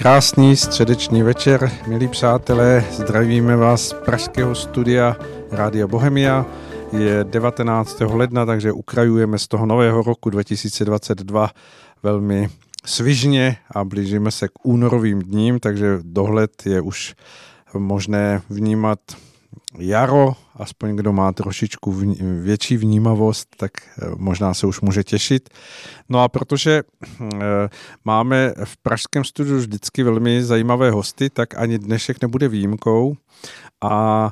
Krásný středeční večer, milí přátelé, zdravíme vás z pražského studia Rádia Bohemia. Je 19. ledna, takže ukrajujeme z toho nového roku 2022 velmi svižně a blížíme se k únorovým dním, takže dohled je už možné vnímat jaro, aspoň kdo má trošičku větší vnímavost, tak možná se už může těšit. No a protože máme v pražském studiu vždycky velmi zajímavé hosty, tak ani dnešek nebude výjimkou a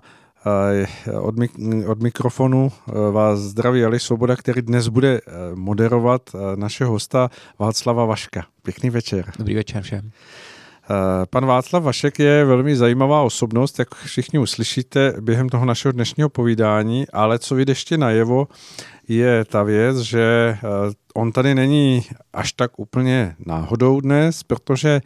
od mikrofonu vás zdraví Aleš Svoboda, který dnes bude moderovat našeho hosta Václava Vaška. Pěkný večer. Dobrý večer všem. Pan Václav Vašek je velmi zajímavá osobnost, jak všichni uslyšíte během toho našeho dnešního povídání, ale co vyjde ještě najevo, je ta věc, že on tady není až tak úplně náhodou dnes, protože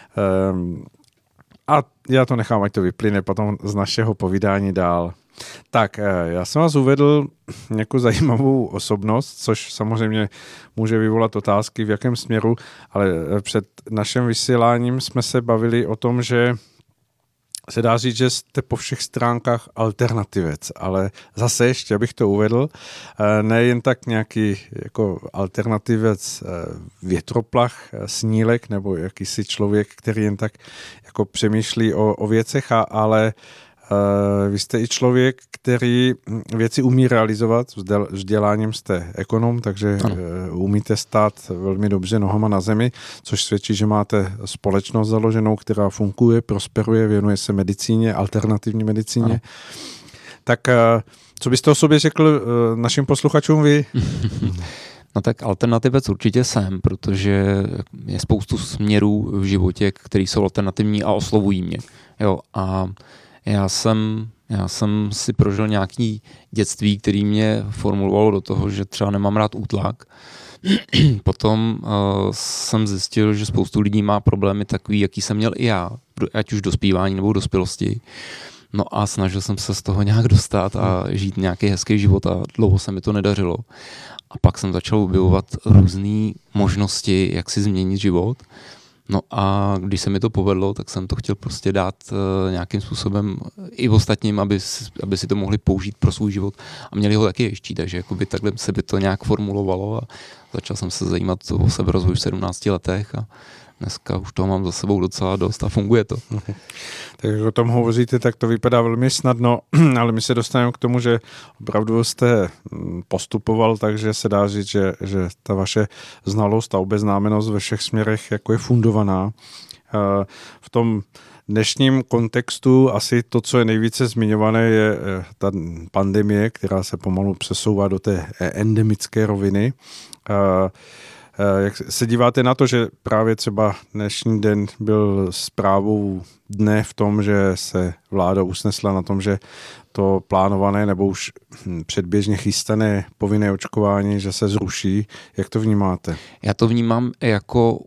a já to nechám, ať to vyplyne potom z našeho povídání dál. Tak, já jsem vás uvedl nějakou zajímavou osobnost, což samozřejmě může vyvolat otázky, v jakém směru, ale před naším vysíláním jsme se bavili o tom, že se dá říct, že jste po všech stránkách alternativec, ale zase ještě, abych to uvedl, nejen tak nějaký jako alternativec větroplach, snílek nebo jakýsi člověk, který jen tak jako přemýšlí o věcech, ale vy jste i člověk, který věci umí realizovat, vzděláním jste ekonom, takže umíte stát velmi dobře nohama na zemi, což svědčí, že máte společnost založenou, která funguje, prosperuje, věnuje se medicíně, alternativní medicíně. Ano. Tak co byste o sobě řekl našim posluchačům vy? No tak alternativec určitě jsem, protože je spoustu směrů v životě, které jsou alternativní a oslovují mě. Jo, a já jsem si prožil nějaký dětství, který mě formulovalo do toho, že třeba nemám rád útlak. Potom jsem zjistil, že spoustu lidí má problémy takový, jaký jsem měl i já, ať už dospívání nebo dospělosti. No a snažil jsem se z toho nějak dostat a žít nějaký hezký život a dlouho se mi to nedařilo. A pak jsem začal objevovat různé možnosti, jak si změnit život. No a když se mi to povedlo, tak jsem to chtěl prostě dát nějakým způsobem i ostatním, aby si to mohli použít pro svůj život a měli ho taky ještě. Takže jakoby takhle se by to nějak formulovalo a začal jsem se zajímat o seberozvoj v 17 letech a dneska už toho mám za sebou docela dost a funguje to. Tak jak o tom hovoříte, tak to vypadá velmi snadno, ale my se dostaneme k tomu, že opravdu jste postupoval, takže se dá říct, že ta vaše znalost a obeznámenost ve všech směrech jako je fundovaná. V tom dnešním kontextu asi to, co je nejvíce zmiňované, je ta pandemie, která se pomalu přesouvá do té endemické roviny. Jak se díváte na to, že právě třeba dnešní den byl zprávou dne v tom, že se vláda usnesla na tom, že to plánované nebo už předběžně chystané povinné očkování, že se zruší. Jak to vnímáte? Já to vnímám jako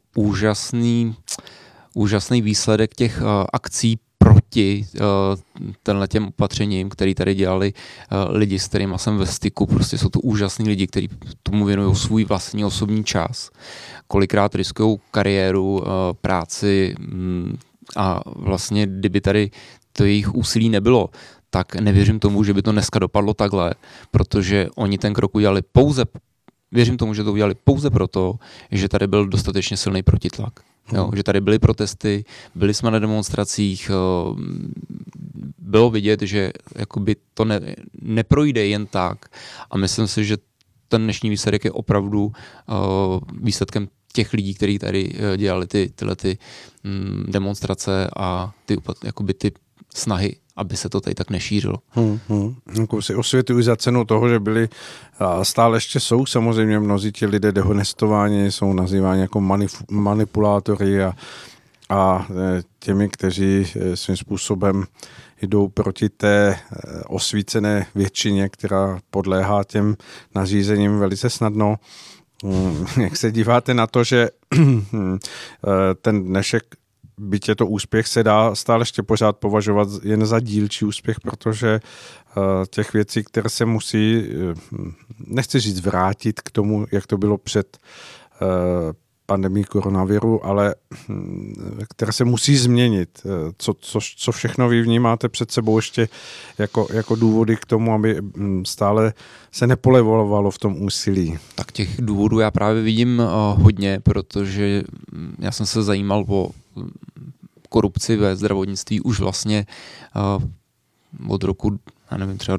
úžasný výsledek těch akcí proti těm opatřením, který tady dělali lidi, s kterými jsem ve styku. Prostě jsou to úžasní lidi, kteří tomu věnují svůj vlastní osobní čas. Kolikrát riskují kariéru, práci a vlastně, kdyby tady to jejich úsilí nebylo, tak nevěřím tomu, že by to dneska dopadlo takhle, protože oni ten krok udělali věřím tomu, že to udělali pouze proto, že tady byl dostatečně silný protitlak. Jo, že tady byly protesty, byli jsme na demonstracích, bylo vidět, že jakoby to neprojde jen tak a myslím si, že ten dnešní výsledek je opravdu výsledkem těch lidí, kteří tady dělali tyhle demonstrace a ty snahy, aby se to tady tak nešířilo. Jako si osvětují za cenu toho, že byli a stále ještě jsou samozřejmě mnozí ti lidé dehonestováni, jsou nazýváni jako manipulátory a těmi, kteří svým způsobem jdou proti té osvícené většině, která podléhá těm nařízením velice snadno. Jak se díváte na to, že ten dnešek, byť je to úspěch, se dá stále ještě pořád považovat jen za dílčí úspěch, protože těch věcí, které se musí, nechci říct vrátit k tomu, jak to bylo před pandemii koronaviru, ale které se musí změnit. Co všechno vy vnímáte před sebou ještě jako důvody k tomu, aby stále se nepolevovalo v tom úsilí? Tak těch důvodů já právě vidím hodně, protože já jsem se zajímal o korupci ve zdravotnictví už vlastně od roku, já nevím, třeba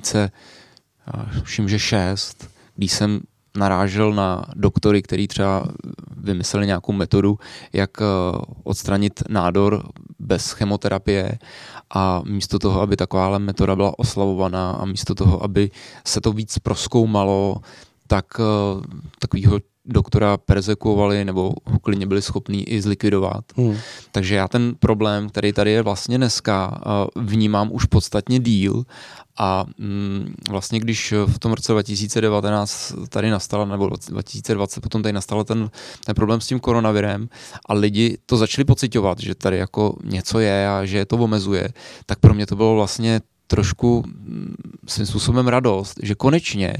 2006, když jsem narážel na doktory, který třeba vymysleli nějakou metodu, jak odstranit nádor bez chemoterapie, a místo toho, aby takováhle metoda byla oslavovaná a místo toho, aby se to víc prozkoumalo, tak takovýho doktora perzekuovali nebo klidně byli schopní i zlikvidovat. Takže já ten problém, který tady je vlastně dneska, vnímám už podstatně díl a vlastně když v tom roce 2019 tady nastala, nebo 2020 potom tady nastal ten problém s tím koronavirem a lidi to začali pociťovat, že tady jako něco je a že to omezuje, tak pro mě to bylo vlastně trošku svým způsobem radost, že konečně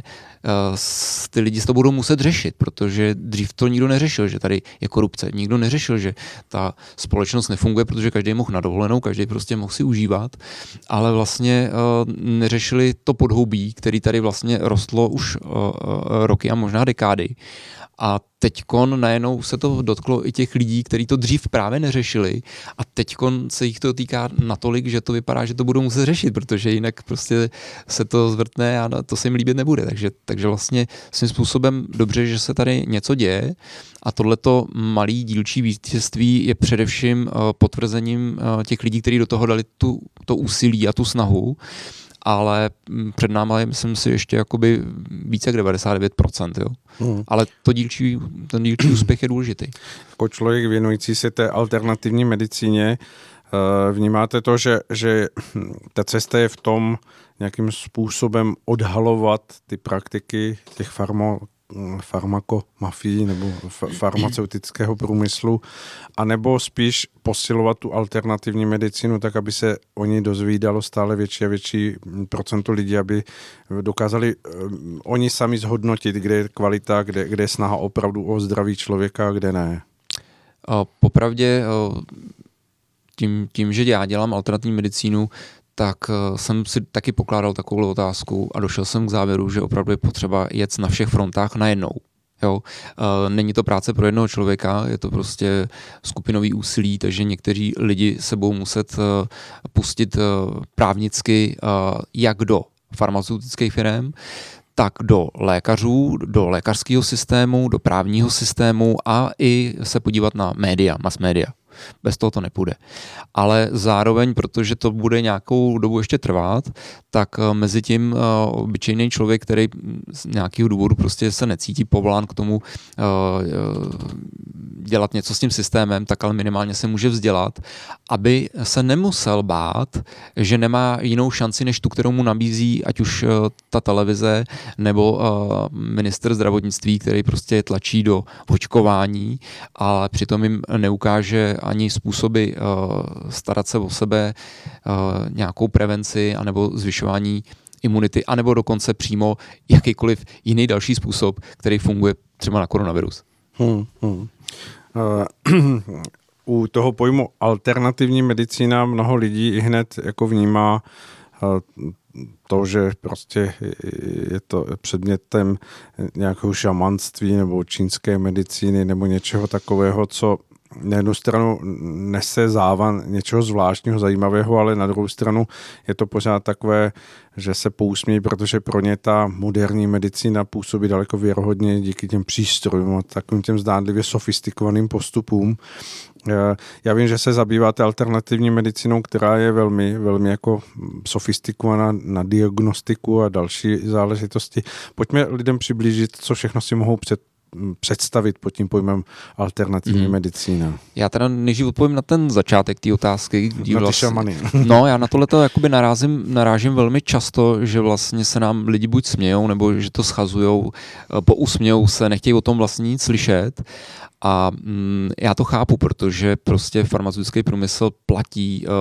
ty lidi to budou muset řešit, protože dřív to nikdo neřešil, že tady je korupce. Nikdo neřešil, že ta společnost nefunguje, protože každý mohl na dovolenou, každý prostě mohl si užívat, ale vlastně neřešili to podhoubí, který tady vlastně rostlo už roky a možná dekády. A teďkon najednou se to dotklo i těch lidí, kteří to dřív právě neřešili a teďkon se jich to týká natolik, že to vypadá, že to budou muset řešit, protože jinak prostě se to zvrtne a to se jim líbit nebude. Takže vlastně svým způsobem dobře, že se tady něco děje a tohleto malý dílčí vítězství je především potvrzením těch lidí, kteří do toho dali to úsilí a tu snahu. Ale před náma je, myslím si, ještě jakoby více jak 99%. Jo? Ale ten dílčí úspěch je důležitý. Jako člověk věnující se té alternativní medicíně, vnímáte to, že ta cesta je v tom nějakým způsobem odhalovat ty praktiky těch farmakomafii nebo farmaceutického průmyslu, anebo spíš posilovat tu alternativní medicínu tak, aby se o ní dozvídalo stále větší a větší procento lidí, aby dokázali oni sami zhodnotit, kde je kvalita, kde je snaha opravdu o zdraví člověka a kde ne. Popravdě tím, že já dělám alternativní medicínu, tak jsem si taky pokládal takovou otázku a došel jsem k závěru, že opravdu je potřeba jet na všech frontách najednou. Jo? Není to práce pro jednoho člověka, je to prostě skupinový úsilí, takže někteří lidi se budou muset pustit právnicky jak do farmaceutických firm, tak do lékařů, do lékařského systému, do právního systému a i se podívat na média, mass media. Bez toho to nepůjde. Ale zároveň, protože to bude nějakou dobu ještě trvat, tak mezi tím obyčejný člověk, který z nějakého důvodu prostě se necítí povolán k tomu dělat něco s tím systémem, tak ale minimálně se může vzdělat, aby se nemusel bát, že nemá jinou šanci, než tu, kterou mu nabízí ať už ta televize nebo ministr zdravotnictví, který prostě tlačí do očkování, ale přitom jim neukáže ani způsoby starat se o sebe, nějakou prevenci anebo zvyšování imunity, anebo dokonce přímo jakýkoliv jiný další způsob, který funguje třeba na koronavirus. U toho pojmu alternativní medicína mnoho lidí i hned jako vnímá to, že prostě je to předmětem nějakého šamanství nebo čínské medicíny nebo něčeho takového, co na jednu stranu nese závan něčeho zvláštního, zajímavého, ale na druhou stranu je to pořád takové, že se pousmějí, protože pro ně ta moderní medicína působí daleko věrohodně díky těm přístrojům a takovým těm zdánlivě sofistikovaným postupům. Já vím, že se zabýváte alternativní medicínou, která je velmi, velmi jako sofistikovaná na diagnostiku a další záležitosti. Pojďme lidem přiblížit, co všechno si mohou představit pod tím alternativní medicína. Já teda nejdřív odpovím na ten začátek té otázky. Na ty šamany. No, já na tohleto jakoby narážím velmi často, že vlastně se nám lidi buď smějou, nebo že to schazujou, pousmějou se, nechtějí o tom vlastně nic slyšet. A já to chápu, protože prostě farmaceutický průmysl platí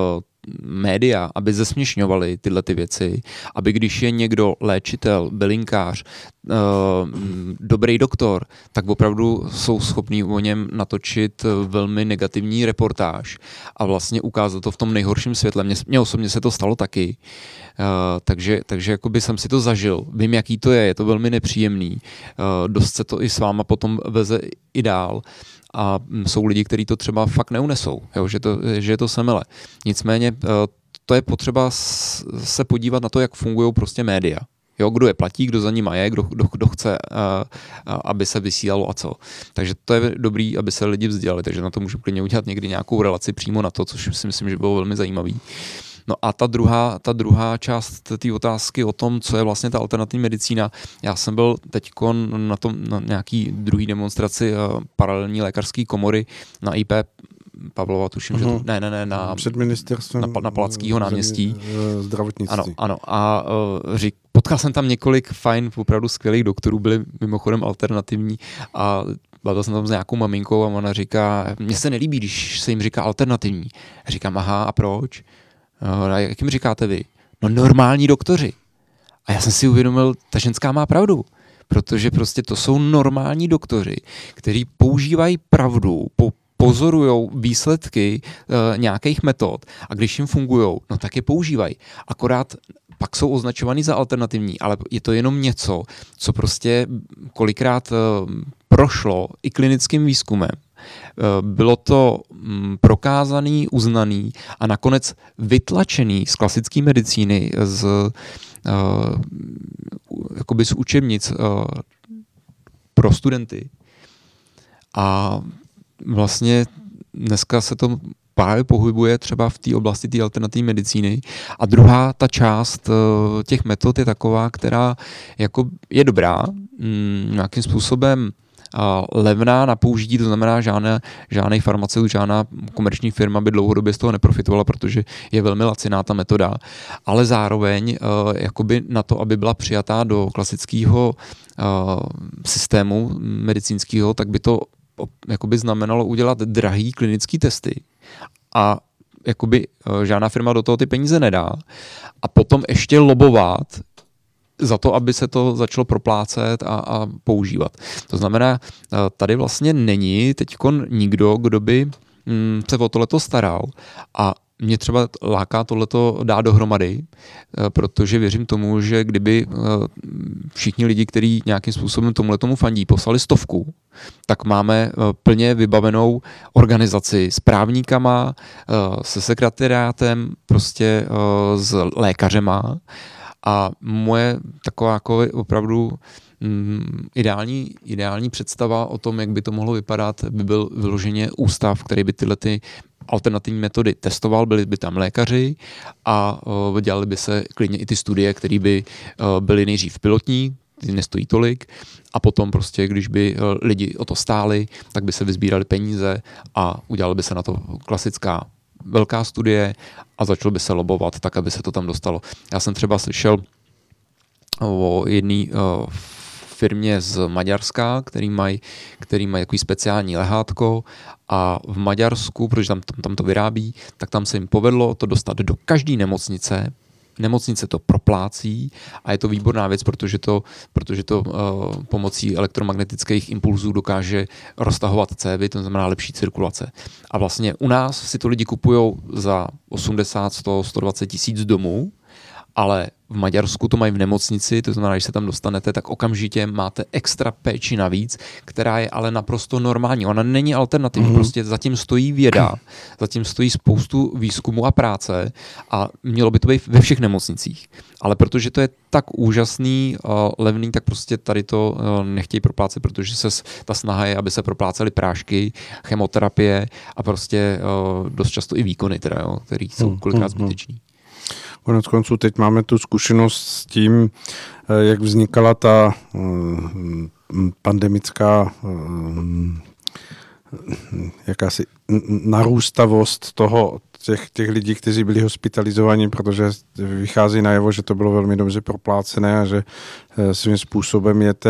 média, aby zesměšňovali tyhle ty věci, aby když je někdo léčitel, bylinkář, dobrý doktor, tak opravdu jsou schopní o něm natočit velmi negativní reportáž a vlastně ukázat to v tom nejhorším světle. Mně osobně se to stalo taky, takže jakoby jsem si to zažil. Vím, jaký to je to velmi nepříjemný. Dost se to i s váma potom veze i dál. A jsou lidi, kteří to třeba fakt neunesou, jo, že je to semele. Nicméně to je potřeba se podívat na to, jak fungují prostě média. Jo, kdo je platí, kdo za nima je, kdo chce, aby se vysílalo a co. Takže to je dobrý, aby se lidi vzdělali, takže na to můžu klidně udělat někdy nějakou relaci přímo na to, což si myslím, že bylo velmi zajímavý. No a ta druhá část té otázky o tom, co je vlastně ta alternativní medicína. Já jsem byl teďko na nějaký druhý demonstraci paralelní lékařské komory na IP Pavlova, tuším, že to... Ne, před ministerstvem na Palackého náměstí. Zdravotnictví. Ano. A potkal jsem tam několik fajn, opravdu skvělých doktorů, byli mimochodem alternativní a bavil jsem tam s nějakou maminkou a ona říká, mně se nelíbí, když se jim říká alternativní. Říkám, aha, a proč? A jak jim říkáte vy? No normální doktoři. A já jsem si uvědomil, ta ženská má pravdu. Protože prostě to jsou normální doktoři, kteří používají pravdu, pozorujou výsledky nějakých metod a když jim fungujou, no tak je používají. Akorát pak jsou označovaný za alternativní, ale je to jenom něco, co prostě kolikrát prošlo i klinickým výzkumem. Bylo to prokázaný, uznaný a nakonec vytlačený z klasické medicíny, jakoby z učebnic pro studenty. A vlastně dneska se to právě pohybuje třeba v té oblasti té alternativní medicíny. A druhá ta část těch metod je taková, která jako je dobrá, nějakým způsobem levná na použití, to znamená žádný farmaceut, žádná komerční firma by dlouhodobě z toho neprofitovala, protože je velmi laciná ta metoda, ale zároveň jakoby na to, aby byla přijatá do klasického systému medicínského, tak by to jakoby znamenalo udělat drahý klinický testy a jakoby žádná firma do toho ty peníze nedá a potom ještě lobovat za to, aby se to začalo proplácet a používat. To znamená, tady vlastně není teďko nikdo, kdo by se o tohleto staral a mě třeba láká tohleto dát dohromady, protože věřím tomu, že kdyby všichni lidi, kteří nějakým způsobem tomuhletomu fandí, poslali 100, tak máme plně vybavenou organizaci s právníkama, se sekretariátem, prostě s lékařema. A moje taková jako opravdu ideální představa o tom, jak by to mohlo vypadat, by byl vyloženě ústav, který by tyhle ty alternativní metody testoval, byli by tam lékaři a dělali by se klidně i ty studie, které by byly nejdřív pilotní, ty nestojí tolik, a potom prostě, když by lidi o to stáli, tak by se vyzbírali peníze a udělali by se na to klasická velká studie a začalo by se lobovat tak, aby se to tam dostalo. Já jsem třeba slyšel o jedné firmě z Maďarska, který mají takový speciální lehátko a v Maďarsku, protože tam to vyrábí, tak tam se jim povedlo to dostat do každé nemocnice. Nemocnice to proplácí a je to výborná věc, protože to pomocí elektromagnetických impulzů dokáže roztahovat cévy, to znamená lepší cirkulace. A vlastně u nás si to lidi kupujou za 80, 100, 120 tisíc domů, ale v Maďarsku to mají v nemocnici, to znamená, když se tam dostanete, tak okamžitě máte extra péči navíc, která je ale naprosto normální. Ona není alternativní, prostě zatím stojí věda, zatím stojí spoustu výzkumu a práce a mělo by to být ve všech nemocnicích. Ale protože to je tak úžasný, levný, tak prostě tady to nechtějí proplácet, protože ta snaha je, aby se proplácely prášky, chemoterapie a prostě dost často i výkony, teda, které jsou kolikrát zbytečný. Konec konců teď máme tu zkušenost s tím, jak vznikala ta pandemická jakási narůstavost těch lidí, kteří byli hospitalizovaní, protože vychází najevo, že to bylo velmi dobře proplácené a že svým způsobem je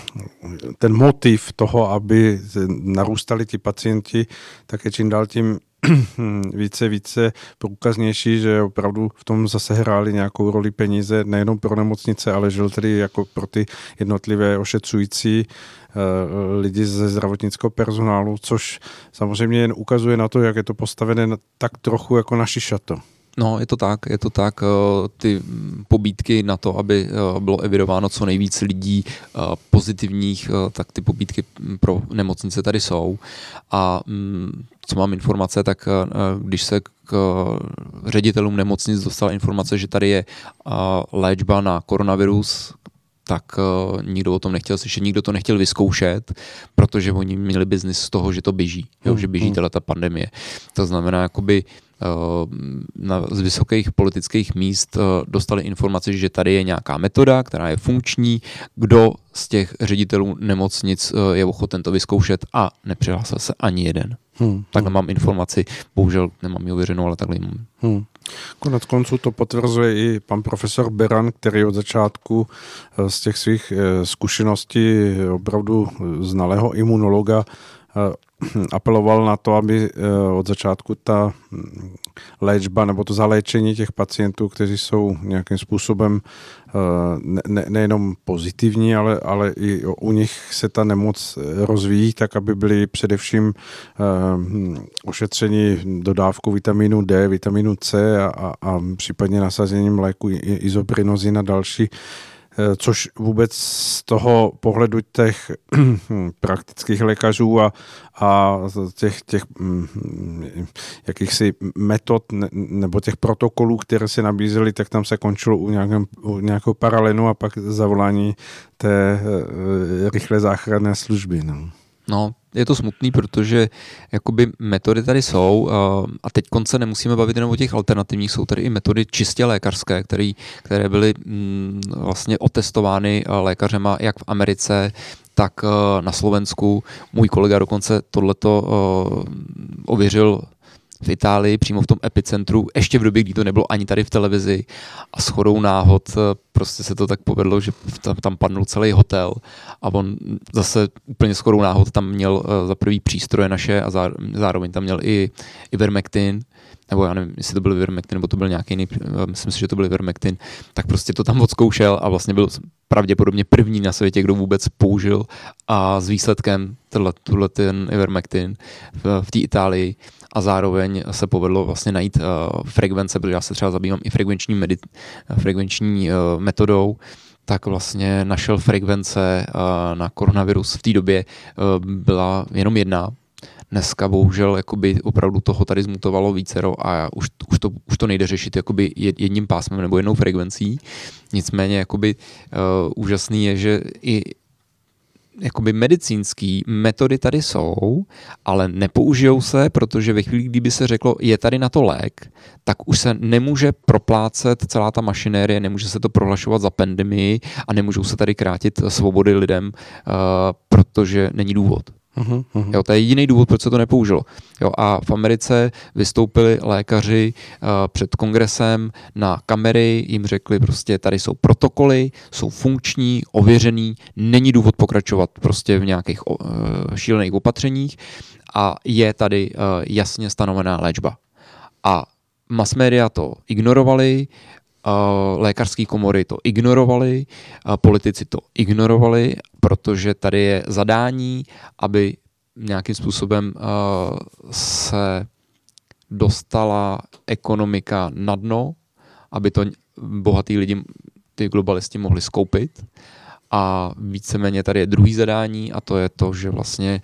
ten motiv toho, aby narůstali ti pacienti, tak je čím dál tím více průkaznější, že opravdu v tom zase hrály nějakou roli peníze nejenom pro nemocnice, ale že tedy jako pro ty jednotlivé ošetřující lidi ze zdravotnického personálu, což samozřejmě jen ukazuje na to, jak je to postavené tak trochu jako na šišato. No, je to tak, ty pobídky na to, aby bylo evidováno co nejvíc lidí pozitivních, tak ty pobídky pro nemocnice tady jsou. A co mám informace, tak když se k ředitelům nemocnic dostala informace, že tady je léčba na koronavirus, tak nikdo o tom nechtěl slyšet, nikdo to nechtěl vyzkoušet, protože oni měli biznis z toho, že to běží, že běží ta pandemie. To znamená, jakoby z vysokých politických míst dostali informaci, že tady je nějaká metoda, která je funkční, kdo z těch ředitelů nemocnic je ochoten to vyzkoušet a nepřihlásil se ani jeden. Takhle mám informaci, bohužel nemám ji ověřenou, ale takhle mám. Konec konců to potvrzuje i pan profesor Beran, který od začátku z těch svých zkušeností opravdu znalého imunologa apeloval na to, aby od začátku ta léčba nebo to zaléčení těch pacientů, kteří jsou nějakým způsobem nejenom pozitivní, ale i u nich se ta nemoc rozvíjí, tak aby byli především ošetřeni dodávkou vitamínu D, vitamínu C a případně nasazením léku izoprinozin a další, což vůbec z toho pohledu těch praktických lékařů a těch jakýchsi metod nebo těch protokolů, které se nabízely, tak tam se končilo u nějakého paralenu a pak zavolání té rychlé záchranné služby. No, je to smutný, protože jakoby metody tady jsou a teď se nemusíme bavit jenom o těch alternativních, jsou tady i metody čistě lékařské, které byly vlastně otestovány lékařema jak v Americe, tak na Slovensku. Můj kolega dokonce tohleto ověřil v Itálii, přímo v tom epicentru, ještě v době, kdy to nebylo ani tady v televizi a shodou náhod prostě se to tak povedlo, že tam padnul celý hotel a on zase úplně shodou náhod tam měl za prvý přístroje naše a zároveň tam měl i Ivermectin, nebo já nevím, jestli to byl Ivermectin, nebo to byl nějaký jiný, myslím si, že to byl Ivermectin, tak prostě to tam odzkoušel a vlastně byl pravděpodobně první na světě, kdo vůbec použil a s výsledkem tohle ten Ivermectin v té Itálii a zároveň se povedlo vlastně najít frekvence, protože já se třeba zabývám i frekvenční metodou, tak vlastně našel frekvence na koronavirus. V té době byla jenom jedna. Dneska bohužel jakoby opravdu toho tady zmutovalo vícero a už to nejde řešit jakoby jedním pásmem nebo jednou frekvencí. Nicméně jakoby úžasný je, že i jakoby medicínský metody tady jsou, ale nepoužijou se, protože ve chvíli, kdyby se řeklo, je tady na to lék, tak už se nemůže proplácet celá ta mašinérie, nemůže se to prohlašovat za pandemii a nemůžou se tady krátit svobody lidem, protože není důvod. Jo, to je jediný důvod, proč se to nepoužilo. Jo, a v Americe vystoupili lékaři před kongresem na kamery, jim řekli prostě, tady jsou protokoly, jsou funkční, ověřený, není důvod pokračovat prostě v nějakých šílených opatřeních a je tady jasně stanovená léčba. A mass media to ignorovali, lékařské komory to ignorovali, politici to ignorovali, protože tady je zadání, aby nějakým způsobem se dostala ekonomika na dno, aby to bohatý lidi, ty globalisti mohli skoupit. A víceméně tady je druhý zadání a to je to, že vlastně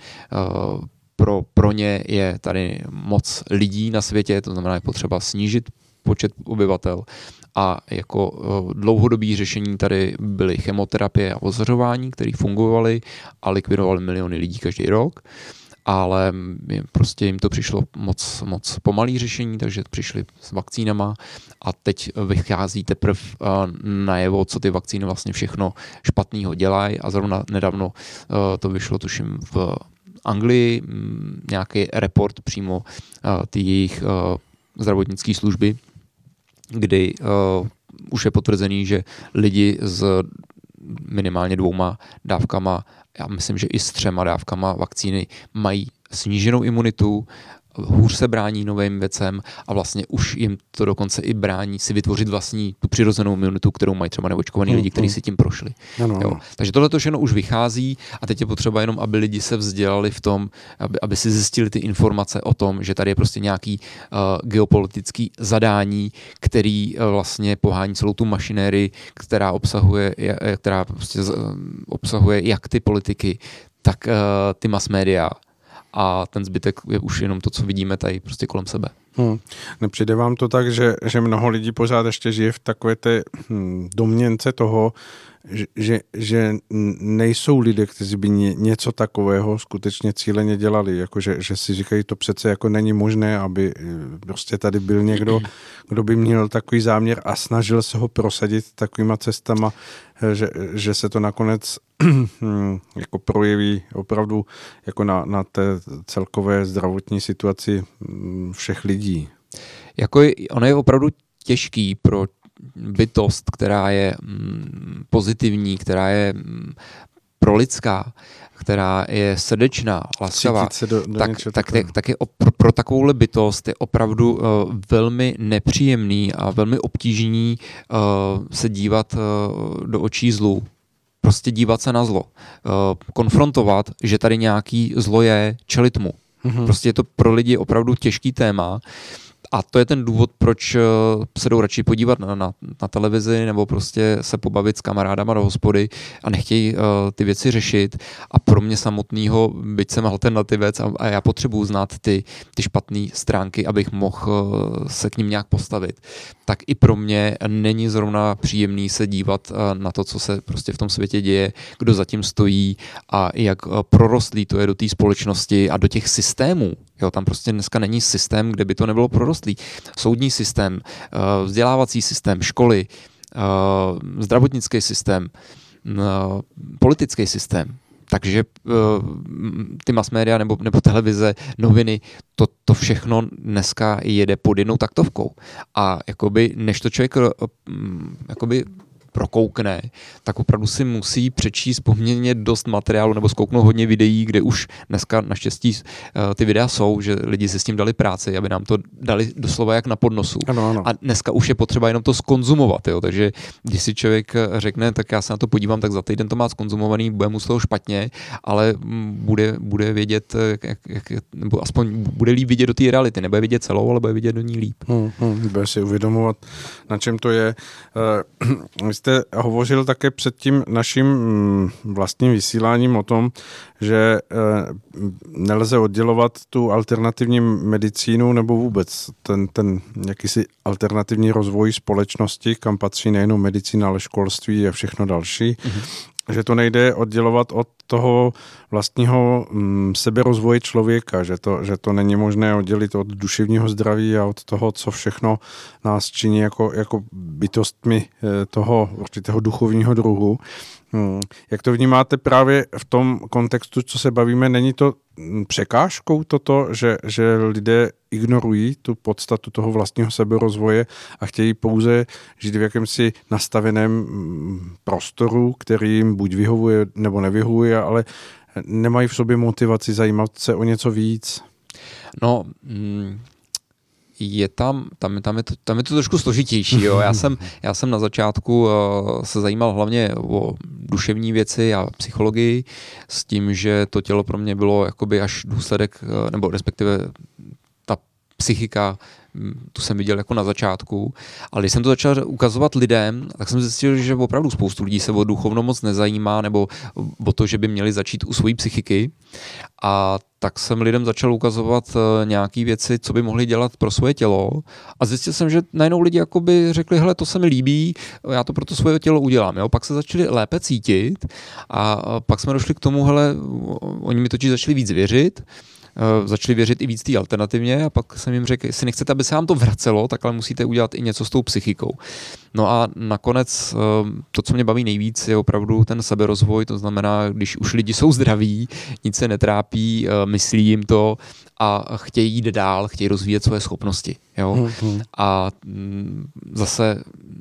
pro ně je tady moc lidí na světě, to znamená, je potřeba snížit počet obyvatel. A jako dlouhodobé řešení tady byly chemoterapie a ozařování, které fungovaly a likvidovaly miliony lidí každý rok. Ale prostě jim to přišlo moc pomalý řešení, takže přišli s vakcínama a teď vychází teprve najevo, co ty vakcíny vlastně všechno špatného dělají a zrovna nedávno to vyšlo, tuším, v Anglii, nějaký report přímo ty jejich zdravotnické služby, kdy už je potvrzený, že lidi s minimálně 2 dávkama, já myslím, že i s 3 dávkama vakcíny mají sníženou imunitu hůř se brání novým věcem a vlastně už jim to dokonce i brání si vytvořit vlastní tu přirozenou imunitu, kterou mají třeba neočkovaní lidi, kteří si tím prošli. Jo. Takže tohle to všechno už vychází a teď je potřeba jenom, aby lidi se vzdělali v tom, aby si zjistili ty informace o tom, že tady je prostě nějaký geopolitický zadání, který vlastně pohání celou tu mašinérii, která obsahuje jak ty politiky, tak ty mass media. A ten zbytek je už jenom to, co vidíme tady prostě kolem sebe. Nepřijde vám to tak, že mnoho lidí pořád ještě žije v takové té domněnce toho, že nejsou lidé, kteří by něco takového skutečně cíleně dělali, jakože že si říkají, to přece jako není možné, aby prostě tady byl někdo, kdo by měl takový záměr a snažil se ho prosadit takovýma cestama, že se to nakonec jako projeví opravdu jako na té celkové zdravotní situaci všech lidí. Ono je opravdu těžký pro bytost, která je pozitivní, která je prolidská, která je srdečná, laskavá, tak je pro takovouhle bytost je opravdu velmi nepříjemný a velmi obtížný se dívat do očí zlu. Prostě dívat se na zlo. Konfrontovat, že tady nějaký zlo je, čelit mu. Prostě je to pro lidi opravdu těžký téma. A to je ten důvod, proč se jdou radši podívat na televizi nebo prostě se pobavit s kamarádama do hospody a nechtějí ty věci řešit. A pro mě samotného, byť jsem alternativec a já potřebuji znát ty špatné stránky, abych mohl se k ním nějak postavit, tak i pro mě není zrovna příjemný se dívat na to, co se prostě v tom světě děje, kdo zatím stojí a jak prorostlý to je do té společnosti a do těch systémů. Jo, tam prostě dneska není systém, kde by to nebylo prorostlý. Soudní systém, vzdělávací systém, školy, zdravotnický systém, politický systém. Takže ty mass media nebo televize, noviny, to všechno dneska jede pod jednou taktovkou. A jakoby, než to člověk jakoby prokoukne, tak opravdu si musí přečíst poměrně dost materiálu nebo zkouknout hodně videí, kde už dneska naštěstí ty videa jsou, že lidi si s tím dali práci, aby nám to dali doslova jak na podnosu. Ano. A dneska už je potřeba jenom to zkonzumovat. Jo? Takže když si člověk řekne, tak já se na to podívám, tak za týden to má zkonzumovaný, bude mu z toho špatně, ale bude vědět, nebo aspoň bude líp vidět do té reality. Nebude vidět celou, ale bude vidět do ní líp. Bude si uvědomovat, na čem to je. Jste hovořil také před tím naším vlastním vysíláním o tom, že nelze oddělovat tu alternativní medicínu nebo vůbec ten jakýsi alternativní rozvoj společnosti, kam patří nejenom medicína, ale školství a všechno další. Že to nejde oddělovat od toho vlastního seberozvoje člověka, že to není možné oddělit od duševního zdraví a od toho, co všechno nás činí jako bytostmi toho určitého duchovního druhu. Jak to vnímáte právě v tom kontextu, co se bavíme, není to překážkou toto, že lidé ignorují tu podstatu toho vlastního seberozvoje a chtějí pouze žít v jakémsi nastaveném prostoru, který jim buď vyhovuje nebo nevyhovuje, ale nemají v sobě motivaci zajímat se o něco víc? No, je tam je to trošku složitější. Jo. Já jsem na začátku se zajímal hlavně o duševní věci a psychologii s tím, že to tělo pro mě bylo jakoby až důsledek, nebo respektive ta psychika, tu jsem viděl jako na začátku, ale když jsem to začal ukazovat lidem, tak jsem zjistil, že opravdu spoustu lidí se o duchovno moc nezajímá, nebo o to, že by měli začít u své psychiky. A tak jsem lidem začal ukazovat nějaké věci, co by mohli dělat pro svoje tělo. A zjistil jsem, že najednou lidi jakoby řekli, hele, to se mi líbí, já to pro to svoje tělo udělám. Jo? Pak se začali lépe cítit a pak jsme došli k tomu, hele, oni mi totiž začali víc věřit, začali věřit i víc té alternativně a pak jsem jim řekl, jestli nechcete, aby se vám to vracelo, tak ale musíte udělat i něco s tou psychikou. No a nakonec to, co mě baví nejvíc, je opravdu ten seberozvoj, to znamená, když už lidi jsou zdraví, nic se netrápí, myslí jim to a chtějí jít dál, chtějí rozvíjet svoje schopnosti. Jo? A zase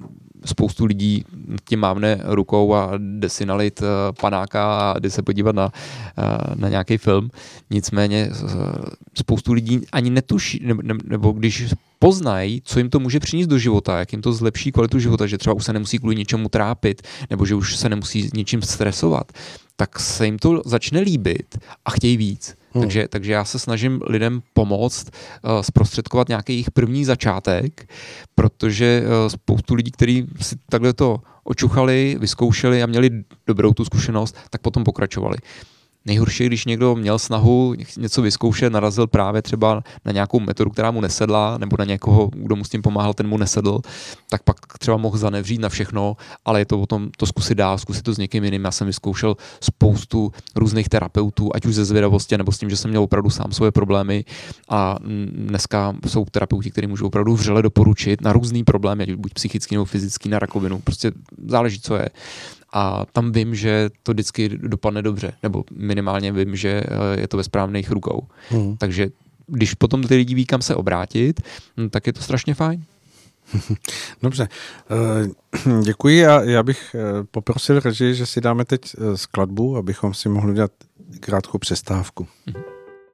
spoustu lidí tím mávne rukou a jde si nalit panáka a jde se podívat na nějaký film. Nicméně spoustu lidí ani netuší, nebo když poznají, co jim to může přinést do života, jak jim to zlepší kvalitu života, že třeba už se nemusí kvůli něčemu trápit, nebo že už se nemusí něčím stresovat, tak se jim to začne líbit a chtějí víc. Takže já se snažím lidem pomoct zprostředkovat nějaký jejich první začátek, protože spoustu lidí, kteří si takhle to očuchali, vyzkoušeli a měli dobrou tu zkušenost, tak potom pokračovali. Nejhorší, když někdo měl snahu něco vyzkoušet, narazil právě třeba na nějakou metodu, která mu nesedla, nebo na někoho, kdo mu s tím pomáhal, ten mu nesedl, tak pak třeba mohl zanevřít na všechno, ale je to o tom to zkusit dál, zkusit to s někým jiným. Já jsem vyzkoušel spoustu různých terapeutů, ať už ze zvědavosti, nebo s tím, že jsem měl opravdu sám svoje problémy a dneska jsou terapeuti, kteří můžou opravdu vřele doporučit na různý problémy, ať buď psychický nebo fyzický, na rakovinu, prostě záleží, co je. A tam vím, že to vždycky dopadne dobře, nebo minimálně vím, že je to ve správných rukou. Takže když potom ty lidi ví, kam se obrátit, tak je to strašně fajn. Dobře, děkuji a já bych poprosil režii, že si dáme teď skladbu, abychom si mohli dát krátkou přestávku.